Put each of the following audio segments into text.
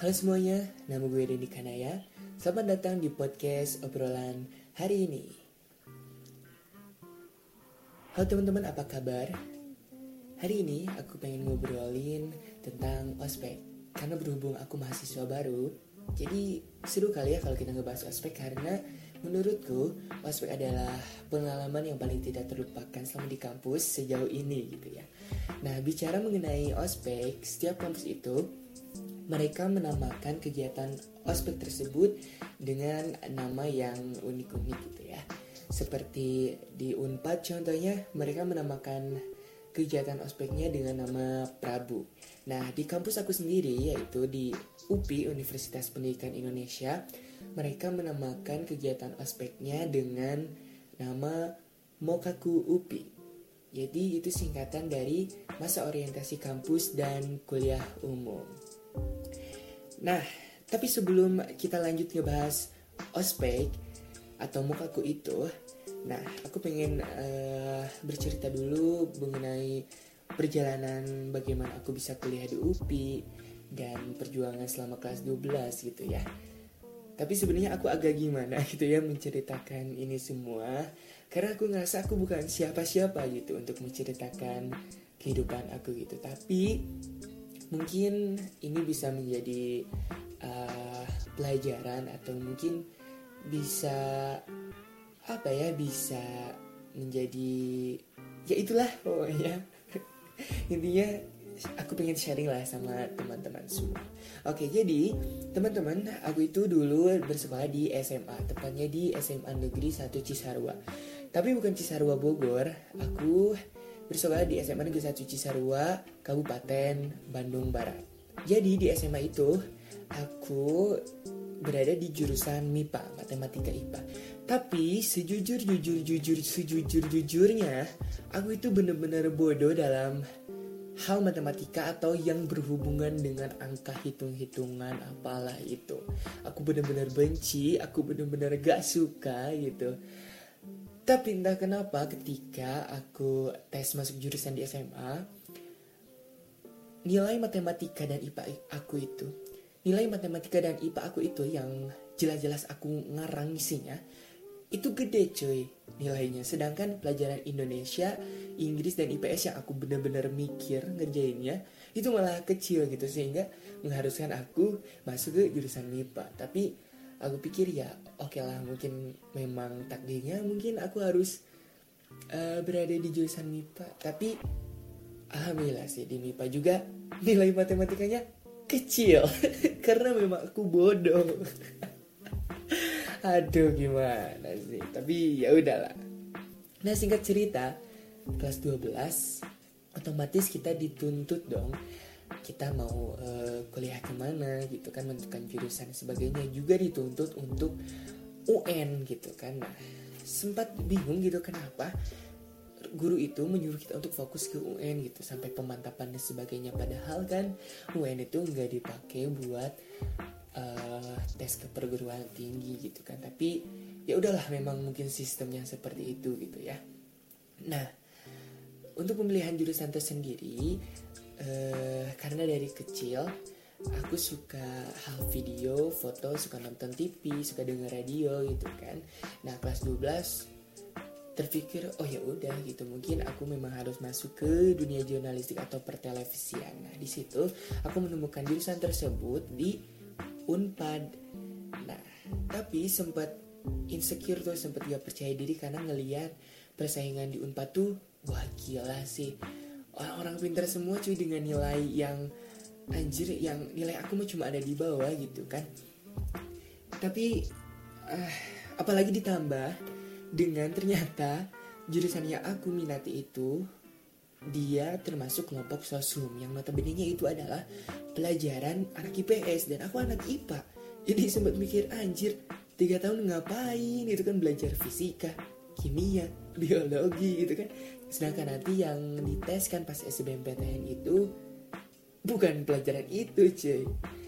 Halo semuanya, nama gue Denny Kanaya. Selamat datang di podcast obrolan hari ini. Halo teman-teman, apa kabar? Hari ini aku pengen ngobrolin tentang ospek. Karena berhubung aku mahasiswa baru, jadi seru kali ya kalau kita ngebahas ospek. Karena menurutku ospek adalah pengalaman yang paling tidak terlupakan selama di kampus sejauh ini gitu ya. Nah, bicara mengenai ospek, setiap kampus itu mereka menamakan kegiatan ospek tersebut dengan nama yang unik-unik gitu ya. Seperti di Unpad contohnya, mereka menamakan kegiatan ospeknya dengan nama Prabu. Nah, di kampus aku sendiri, yaitu di UPI, Universitas Pendidikan Indonesia, mereka menamakan kegiatan ospeknya dengan nama Mokaku UPI. Jadi itu singkatan dari masa orientasi kampus dan kuliah umum. Nah, tapi sebelum kita lanjut ngebahas ospek atau Mokaku itu, nah aku pengen bercerita dulu mengenai perjalanan bagaimana aku bisa kuliah di UPI dan perjuangan selama kelas 12 gitu ya. Tapi sebenarnya aku agak gimana gitu ya menceritakan ini semua, karena aku ngerasa aku bukan siapa-siapa gitu untuk menceritakan kehidupan aku gitu. Tapi mungkin ini bisa menjadi pelajaran atau mungkin bisa bisa menjadi ya itulah pokoknya. Intinya aku pengen sharing lah sama teman-teman semua. Oke, jadi teman-teman, aku itu dulu bersekolah di SMA, tepatnya di SMA Negeri 1 Cisarua. Tapi bukan Cisarua Bogor, aku bersekolah di SMA Negeri 1 Cisarua, Kabupaten Bandung Barat. Jadi di SMA itu aku berada di jurusan MIPA, Matematika IPA. Tapi sejujurnya aku itu benar-benar bodoh dalam hal matematika atau yang berhubungan dengan angka hitung-hitungan apalah itu. Aku benar-benar benci, aku benar-benar gak suka gitu. Tapi entah kenapa ketika aku tes masuk jurusan di SMA, nilai matematika dan IPA aku itu yang jelas-jelas aku ngarang isinya itu gede cuy nilainya. Sedangkan pelajaran Indonesia, Inggris dan IPS yang aku benar-benar mikir ngerjainnya itu malah kecil gitu, sehingga mengharuskan aku masuk ke jurusan MIPA. Tapi aku pikir ya oke lah, mungkin memang takdirnya mungkin aku harus berada di jurusan MIPA. Tapi alhamdulillah sih di MIPA juga nilai matematikanya kecil karena memang aku bodoh. Aduh gimana sih, tapi ya udahlah. Nah, singkat cerita, kelas 12 otomatis kita dituntut dong, kita mau kuliah kemana gitu kan, menentukan jurusan sebagainya, juga dituntut untuk UN gitu kan. Nah, sempat bingung gitu kenapa guru itu menyuruh kita untuk fokus ke UN gitu sampai pemantapan dan sebagainya, padahal kan UN itu nggak dipakai buat tes ke perguruan tinggi gitu kan. Tapi ya udahlah, memang mungkin sistemnya seperti itu gitu ya. Nah, untuk pemilihan jurusan tersendiri, karena dari kecil aku suka hal video, foto, suka nonton TV, suka denger radio gitu kan. Nah, kelas 12 terpikir oh ya udah gitu, mungkin aku memang harus masuk ke dunia jurnalistik atau pertelevisian. Nah, di situ aku menemukan jurusan tersebut di Unpad. Nah, tapi sempat insecure tuh, sempat gak percaya diri karena ngelihat persaingan di Unpad tuh wah gila sih, orang-orang pintar semua cuy dengan nilai yang anjir, yang nilai aku mah cuma ada di bawah gitu kan. Tapi apalagi ditambah dengan ternyata jurusan yang aku minati itu dia termasuk kelompok sosum yang notabene-nya itu adalah pelajaran anak IPS dan aku anak IPA. Jadi sempat mikir anjir 3 tahun ngapain itu kan, belajar fisika, kimia, biologi gitu kan. Sedangkan nanti yang dites kan pas SBMPTN itu bukan pelajaran itu cuy.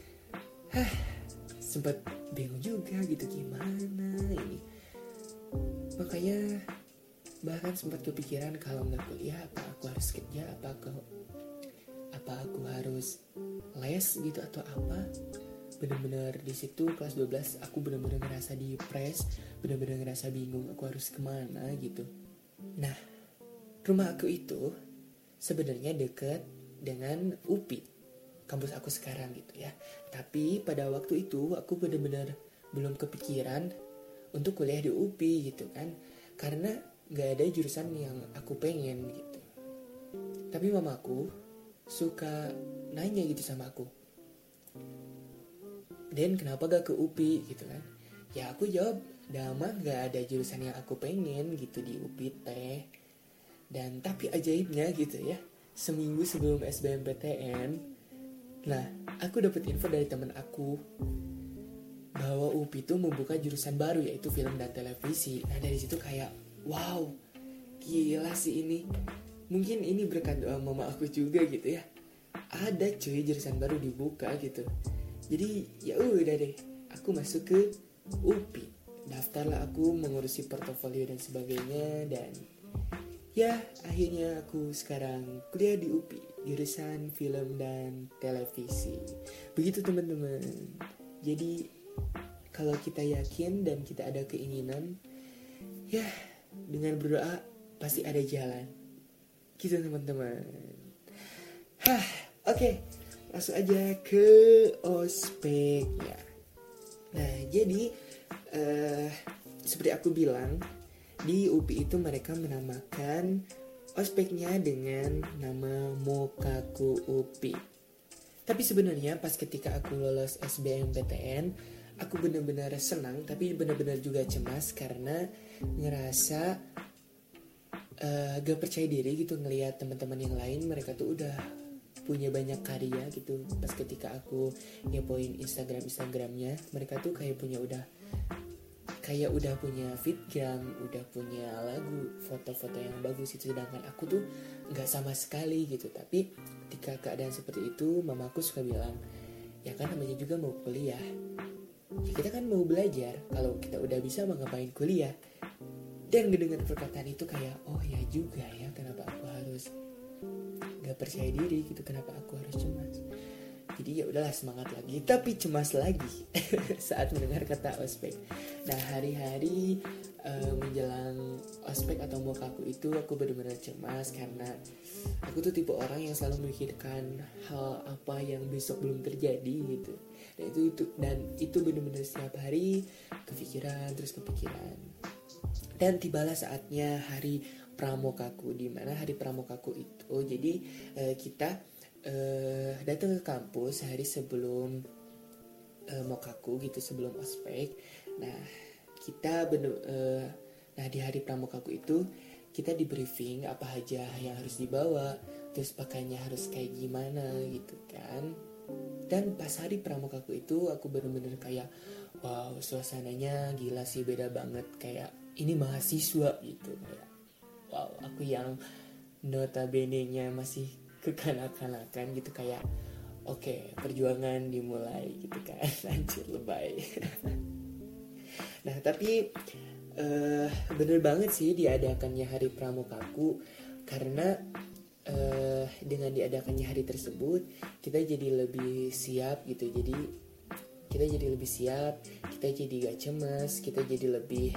Sempat bingung juga gitu gimana ini. Makanya bahkan sempat kepikiran kalau nggak kuliah apa aku harus kerja, apa aku harus les gitu atau apa. bener-bener di situ kelas 12 aku bener-bener ngerasa depres, bener-bener ngerasa bingung aku harus kemana gitu. Nah, rumah aku itu sebenarnya deket dengan UPI, kampus aku sekarang gitu ya. Tapi pada waktu itu aku bener-bener belum kepikiran untuk kuliah di UPI gitu kan, karena gak ada jurusan yang aku pengen gitu. Tapi mamaku suka nanya gitu sama aku, Den kenapa gak ke UPI gitu kan. Ya aku jawab, Dama gak ada jurusan yang aku pengen gitu di UPI teh. Dan tapi ajaibnya gitu ya, seminggu sebelum SBMPTN, nah aku dapet info dari temen aku bahwa UPI itu membuka jurusan baru yaitu film dan televisi. Nah dari situ kayak wow, gila sih ini. Mungkin ini berkat doa mama aku juga gitu ya. Ada cuy jurusan baru dibuka gitu. Jadi ya udah deh, aku masuk ke UPI. Daftarlah aku mengurusi portofolio dan sebagainya, dan ya akhirnya aku sekarang kuliah di UPI, jurusan film dan televisi. Begitu teman-teman. Jadi kalau kita yakin dan kita ada keinginan, ya dengan berdoa pasti ada jalan. Gitu teman-teman. Oke, langsung aja ke ospeknya. Nah jadi seperti aku bilang, di UPI itu mereka menamakan ospeknya dengan nama Mokaku UPI. Tapi sebenarnya pas ketika aku lolos SBMPTN, aku benar-benar senang tapi benar-benar juga cemas karena ngerasa gak percaya diri gitu ngelihat teman-teman yang lain, mereka tuh udah punya banyak karya gitu. Pas ketika aku ngepoin Instagramnya, mereka tuh kayak udah punya fitgram, udah punya lagu, foto-foto yang bagus itu, sedangkan aku tuh nggak sama sekali gitu. Tapi ketika keadaan seperti itu, mamaku suka bilang, ya kan namanya juga mau kuliah, ya kita kan mau belajar, kalau kita udah bisa mau ngapain kuliah. Dan mendengar perkataan itu kayak, oh ya juga ya, kenapa aku harus gak percaya diri gitu, kenapa aku harus cemas. Jadi ya udahlah, semangat lagi, tapi cemas lagi saat mendengar kata ospek. Nah hari-hari menjelang ospek atau mokaku itu aku benar-benar cemas karena aku tuh tipe orang yang selalu memikirkan hal apa yang besok belum terjadi gitu. Dan itu benar-benar setiap hari kepikiran. Dan tibalah saatnya hari pramokaku, di mana hari pramokaku itu jadi kita datang ke kampus sehari sebelum mokaku gitu, sebelum ospek. Nah nah di hari pramokaku itu kita di briefing apa aja yang harus dibawa, terus pakainya harus kayak gimana gitu kan. Dan pas hari pramukaku itu aku bener-bener kayak wow, suasananya gila sih, beda banget, kayak ini mahasiswa gitu. Kayak wow, aku yang notabene-nya masih kekanak-kanakan gitu, kayak oke, perjuangan dimulai gitu kan. Anjir lebay. Nah tapi bener banget sih diadakannya hari pramukaku, karena dengan diadakannya hari tersebut kita jadi lebih siap gitu. Jadi kita jadi lebih siap, kita jadi gak cemas, kita jadi lebih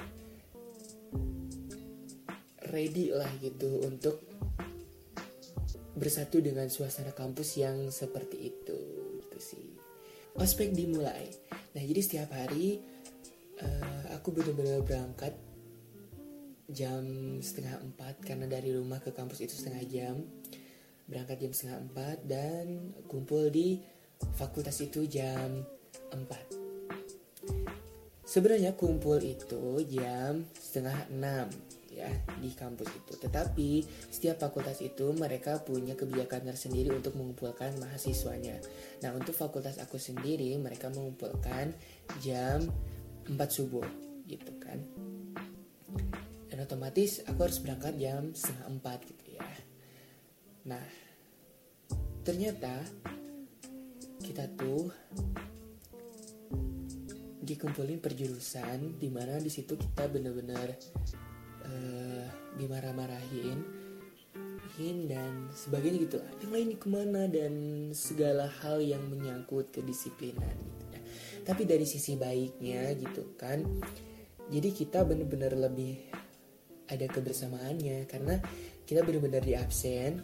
ready lah gitu untuk bersatu dengan suasana kampus yang seperti itu gitu sih. Ospek dimulai. Nah jadi setiap hari aku benar-benar berangkat jam 3:30, karena dari rumah ke kampus itu 1/2 jam. Berangkat jam 3:30 dan kumpul di fakultas itu jam 4. Sebenarnya kumpul itu jam 5:30 ya di kampus itu. Tetapi setiap fakultas itu mereka punya kebijakan tersendiri untuk mengumpulkan mahasiswanya. Nah untuk fakultas aku sendiri mereka mengumpulkan jam 4 subuh gitu kan. Dan otomatis aku harus berangkat jam 3:30 gitu ya. Nah ternyata kita tuh dikumpulin per jurusan, dimana di situ kita benar-benar dimarah-marahin dan sebagainya gitu lah. Yang lain kemana dan segala hal yang menyangkut kedisiplinan gitu ya. tapi dari sisi baiknya gitu kan. Jadi kita benar-benar lebih ada kebersamaannya karena kita benar-benar di absen.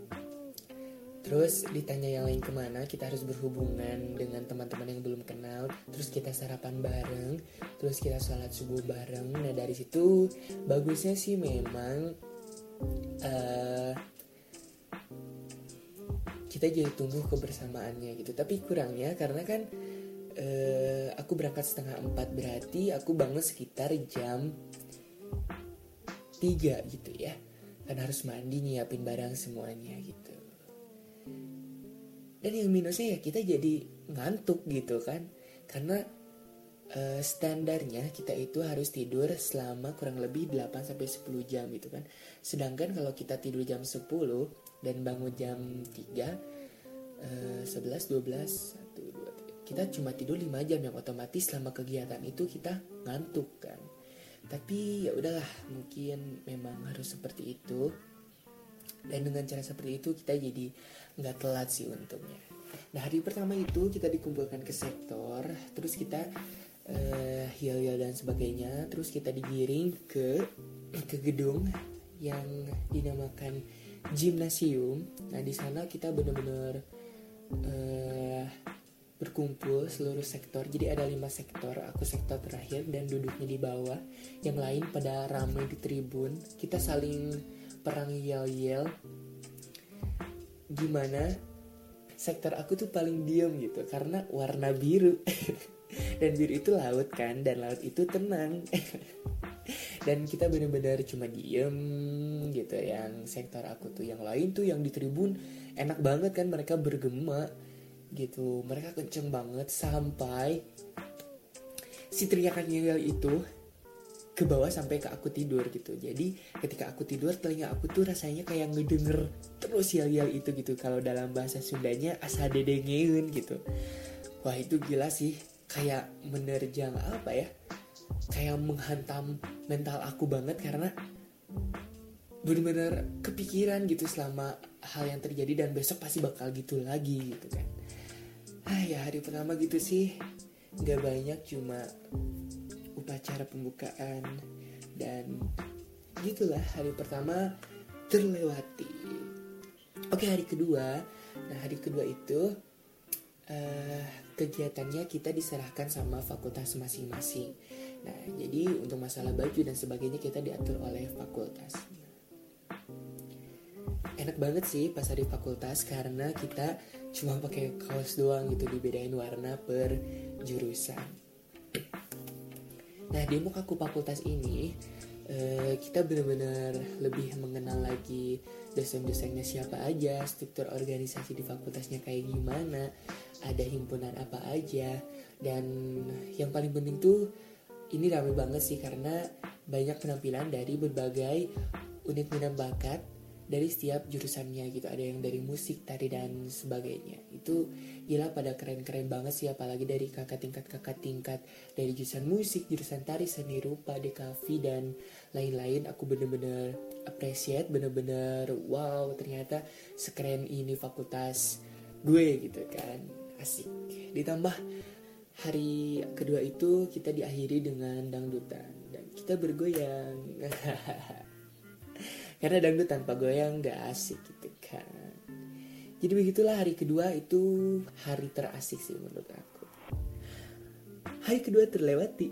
Terus ditanya yang lain kemana, kita harus berhubungan dengan teman-teman yang belum kenal. Terus kita sarapan bareng, terus kita sholat subuh bareng. Nah dari situ bagusnya sih memang kita jadi tumbuh kebersamaannya gitu. Tapi kurangnya karena kan aku berangkat 3:30, berarti aku bangun sekitar jam 3 gitu ya. Kan harus mandi, nyiapin barang semuanya gitu. Dan yang minusnya ya kita jadi ngantuk gitu kan. Karena standarnya kita itu harus tidur selama kurang lebih 8-10 jam gitu kan. Sedangkan kalau kita tidur jam 10 dan bangun jam 3, 11, 12, 1, 2, 3, kita cuma tidur 5 jam, yang otomatis selama kegiatan itu kita ngantuk kan. Tapi ya udahlah, mungkin memang harus seperti itu. Dan dengan cara seperti itu kita jadi nggak telat sih untungnya. Nah hari pertama itu kita dikumpulkan ke sektor, terus kita yel-yel dan sebagainya, terus kita digiring ke gedung yang dinamakan gimnasium. Nah di sana kita benar-benar berkumpul seluruh sektor. Jadi ada 5 sektor, aku sektor terakhir dan duduknya di bawah. Yang lain pada ramai di tribun. Kita saling perang yel-yel. Gimana sektor aku tuh paling diem gitu karena warna biru. Dan biru itu laut kan, dan laut itu tenang. Dan kita benar-benar cuma diem gitu. Yang sektor aku tuh, yang lain tuh yang di tribun enak banget kan, mereka bergema gitu, mereka kenceng banget sampai si teriakan yel itu ke bawah sampai ke aku tidur gitu. Jadi ketika aku tidur, telinga aku tuh rasanya kayak ngedenger terus yel-yel itu gitu. Kalau dalam bahasa Sundanya asa dedengeun gitu. Wah itu gila sih, kayak menerjang apa ya, kayak menghantam mental aku banget karena benar-benar kepikiran gitu selama hal yang terjadi dan besok pasti bakal gitu lagi gitu kan. Ya hari pertama gitu sih, gak banyak, cuma upacara pembukaan dan gitulah hari pertama terlewati. Oke hari kedua, nah hari kedua itu kegiatannya kita diserahkan sama fakultas masing-masing. Nah jadi untuk masalah baju dan sebagainya kita diatur oleh fakultas. Enak banget sih pas hari fakultas karena kita cuma pakai kaos doang gitu, dibedain warna per jurusan. Nah di Mukaku fakultas ini kita benar-benar lebih mengenal lagi dosen-dosennya siapa aja, struktur organisasi di fakultasnya kayak gimana, ada himpunan apa aja. Dan yang paling penting tuh ini ramai banget sih karena banyak penampilan dari berbagai unit minat bakat dari setiap jurusannya gitu. Ada yang dari musik, tari dan sebagainya. Itu gila pada keren-keren banget sih, apalagi dari kakak tingkat dari jurusan musik, jurusan tari, seni rupa, DKV dan lain-lain. Aku bener-bener appreciate, bener-bener wow, ternyata sekeren ini fakultas gue gitu kan. Asik. Ditambah hari kedua itu kita diakhiri dengan dangdutan dan kita bergoyang. Karena dangdut tanpa goyang gak asik gitu kan. Jadi begitulah hari kedua itu hari terasik sih menurut aku. Hari kedua terlewati.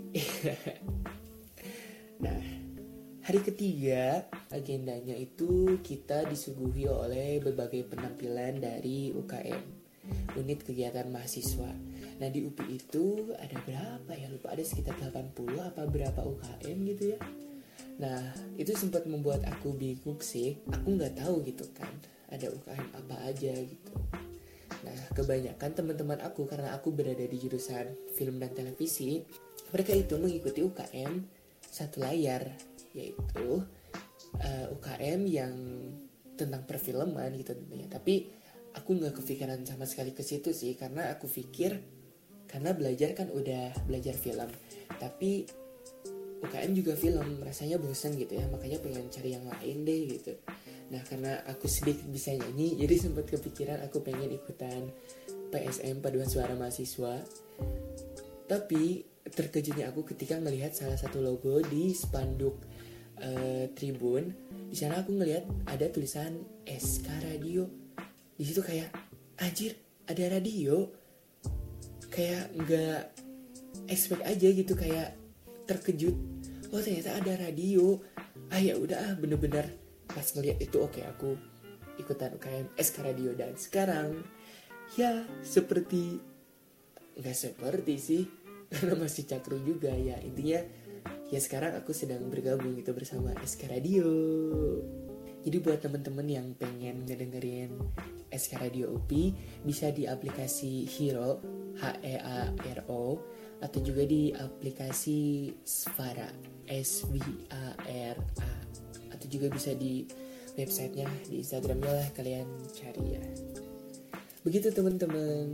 Nah hari ketiga agendanya itu kita disuguhi oleh berbagai penampilan dari UKM, unit kegiatan mahasiswa. Nah di UPI itu ada berapa ya, lupa, ada sekitar 80 apa berapa UKM gitu ya. Nah itu sempat membuat aku bingung sih. Aku gak tahu gitu kan ada UKM apa aja gitu. Nah kebanyakan teman-teman aku, karena aku berada di jurusan film dan televisi, mereka itu mengikuti UKM satu layar, yaitu UKM yang tentang perfilman gitu tentunya. Tapi aku gak kepikiran sama sekali ke situ sih, karena aku pikir karena belajar kan udah belajar film, tapi UKM juga film, rasanya bosan gitu ya, makanya pengen cari yang lain deh gitu. Nah karena aku sedikit bisa nyanyi, jadi sempat kepikiran aku pengen ikutan PSM, paduan suara mahasiswa. Tapi terkejutnya aku ketika melihat salah satu logo di spanduk Tribun. Di sana aku ngelihat ada tulisan SK Radio. Di situ kayak anjir, ada radio. Kayak nggak expect aja gitu, kayak terkejut. Oh ternyata ada radio. Ya udah, bener-bener pas ngelihat itu oke, aku ikutan UKM SK Radio. Dan sekarang ya seperti, nggak seperti sih karena masih cakru juga ya, intinya ya sekarang aku sedang bergabung gitu bersama SK Radio. Jadi buat teman-teman yang pengen ngedengerin SK Radio UPI, bisa di aplikasi Hero, HEARO, atau juga di aplikasi Svara, SVARA, atau juga bisa di websitenya, di Instagramnya lah, kalian cari ya. Begitu teman-teman.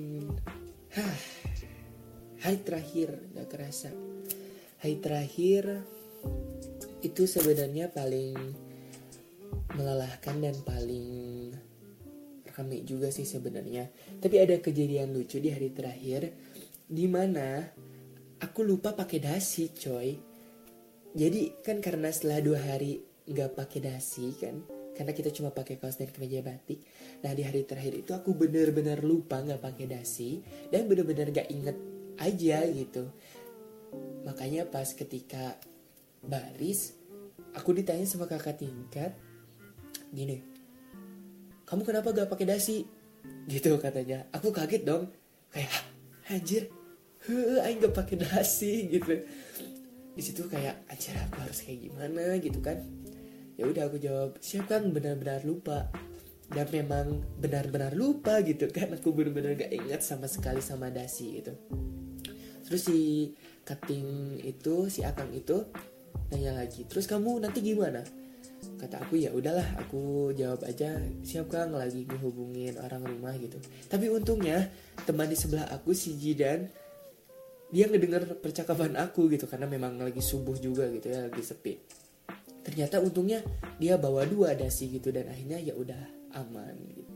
Hari terakhir, gak kerasa. Hari terakhir itu sebenarnya paling melelahkan dan paling ramai juga sih sebenarnya. Tapi ada kejadian lucu di hari terakhir, di mana aku lupa pakai dasi, coy. Jadi kan karena setelah 2 hari nggak pakai dasi kan, karena kita cuma pakai kaos dan kemeja batik. Nah di hari terakhir itu aku benar-benar lupa nggak pakai dasi dan benar-benar nggak inget aja gitu. Makanya pas ketika baris, aku ditanya sama kakak tingkat, gini, kamu kenapa gak pakai dasi? Gitu katanya. Aku kaget dong, kayak anjir, aing gak pakai dasi gitu. Di situ kayak anjir, aku harus kayak gimana gitu kan. Ya udah aku jawab, siap kan, benar-benar lupa. Dan memang benar-benar lupa gitu kan. Aku benar-benar gak ingat sama sekali sama dasi gitu. Terus si cutting itu, si akang itu nanya lagi, terus kamu nanti gimana? Kata aku ya udahlah, aku jawab aja, siap Kang, lagi ngehubungin orang rumah gitu. Tapi untungnya teman di sebelah aku, si Jidan, dia ngedengar percakapan aku gitu, karena memang lagi subuh juga gitu ya, lagi sepi. Ternyata untungnya dia bawa 2 dasi gitu, dan akhirnya ya udah aman gitu.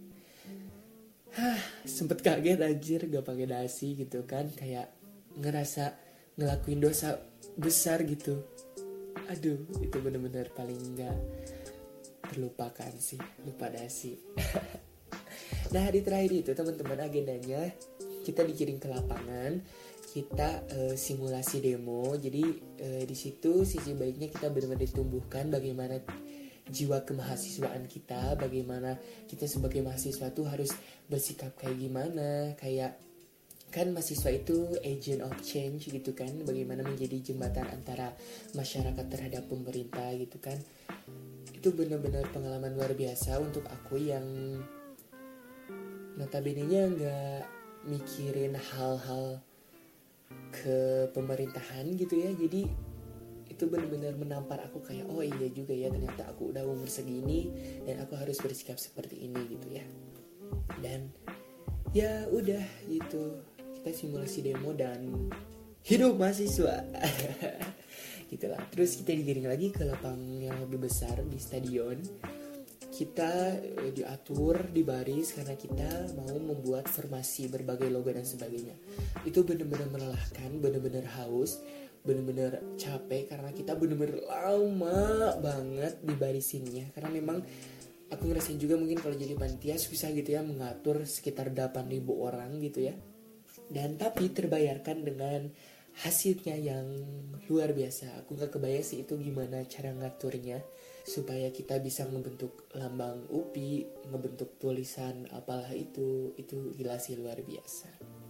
Sempet kaget anjir gak pakai dasi gitu kan, kayak ngerasa ngelakuin dosa besar gitu. Aduh, itu benar-benar paling gak terlupakan sih, lupa dasi. Nah hari terakhir itu teman-teman, agendanya kita dikirim ke lapangan, kita simulasi demo. Jadi di situ sisi baiknya kita benar-benar ditumbuhkan bagaimana jiwa kemahasiswaan kita, bagaimana kita sebagai mahasiswa tuh harus bersikap kayak gimana, kayak kan mahasiswa itu agent of change gitu kan, bagaimana menjadi jembatan antara masyarakat terhadap pemerintah gitu kan. Itu benar-benar pengalaman luar biasa untuk aku yang notabene-nya gak mikirin hal-hal ke pemerintahan gitu ya. Jadi itu benar-benar menampar aku kayak, oh iya juga ya, ternyata aku udah umur segini dan aku harus bersikap seperti ini gitu ya. Dan ya udah gitu, kita simulasi demo dan hidup mahasiswa. Gitulah. Terus kita digiring lagi ke lapang yang lebih besar di stadion. Kita diatur di baris karena kita mau membuat formasi berbagai logo dan sebagainya. Itu benar-benar melelahkan, benar-benar haus, benar-benar capek karena kita benar-benar lama banget di barisinnya. Karena memang aku ngerasain juga mungkin kalau jadi panitia susah gitu ya, mengatur sekitar 8.000 orang gitu ya. Dan tapi terbayarkan dengan hasilnya yang luar biasa. Aku gak kebayang sih itu gimana cara ngaturnya supaya kita bisa ngebentuk lambang UPI, ngebentuk tulisan apalah itu gila sih, luar biasa.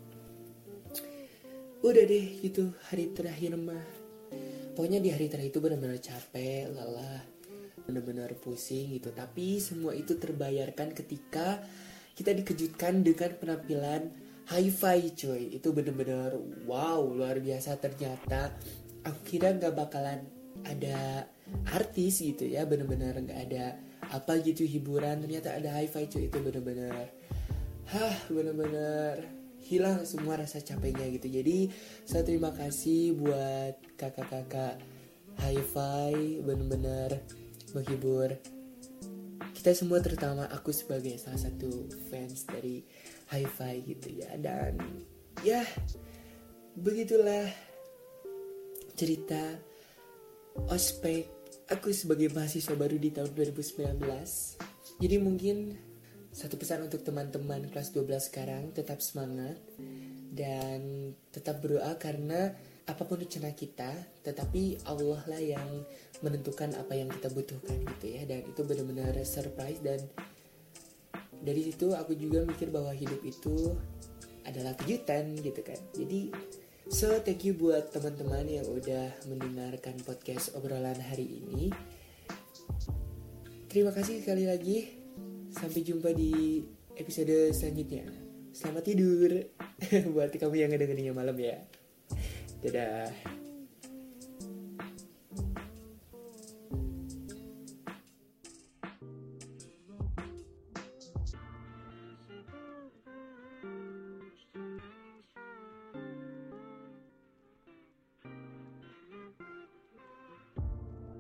Udah deh gitu hari terakhir mah. Pokoknya di hari terakhir itu benar-benar capek, lelah, benar-benar pusing gitu. Tapi semua itu terbayarkan ketika kita dikejutkan dengan penampilan Hi-Fi coy. Itu bener-bener wow, luar biasa. Ternyata aku kira gak bakalan ada artis gitu ya, bener-bener gak ada apa gitu hiburan. Ternyata ada Hi-Fi coy. Itu bener-bener bener-bener hilang semua rasa capeknya gitu. Jadi saya terima kasih buat kakak-kakak Hi-Fi, bener-bener menghibur kita semua, terutama aku sebagai salah satu fans dari Hi-Fi gitu ya. Dan ya begitulah cerita ospek aku sebagai mahasiswa baru di tahun 2019. Jadi mungkin satu pesan untuk teman-teman kelas 12 sekarang, tetap semangat dan tetap berdoa karena apapun rencana kita, tetapi Allah lah yang menentukan apa yang kita butuhkan gitu ya. Dan itu benar-benar surprise, dan dari situ aku juga mikir bahwa hidup itu adalah kejutan gitu kan. Jadi thank you buat teman-teman yang udah mendengarkan podcast obrolan hari ini. Terima kasih sekali lagi. Sampai jumpa di episode selanjutnya. Selamat tidur buat kamu yang ngedengerinnya malam ya. Dadah.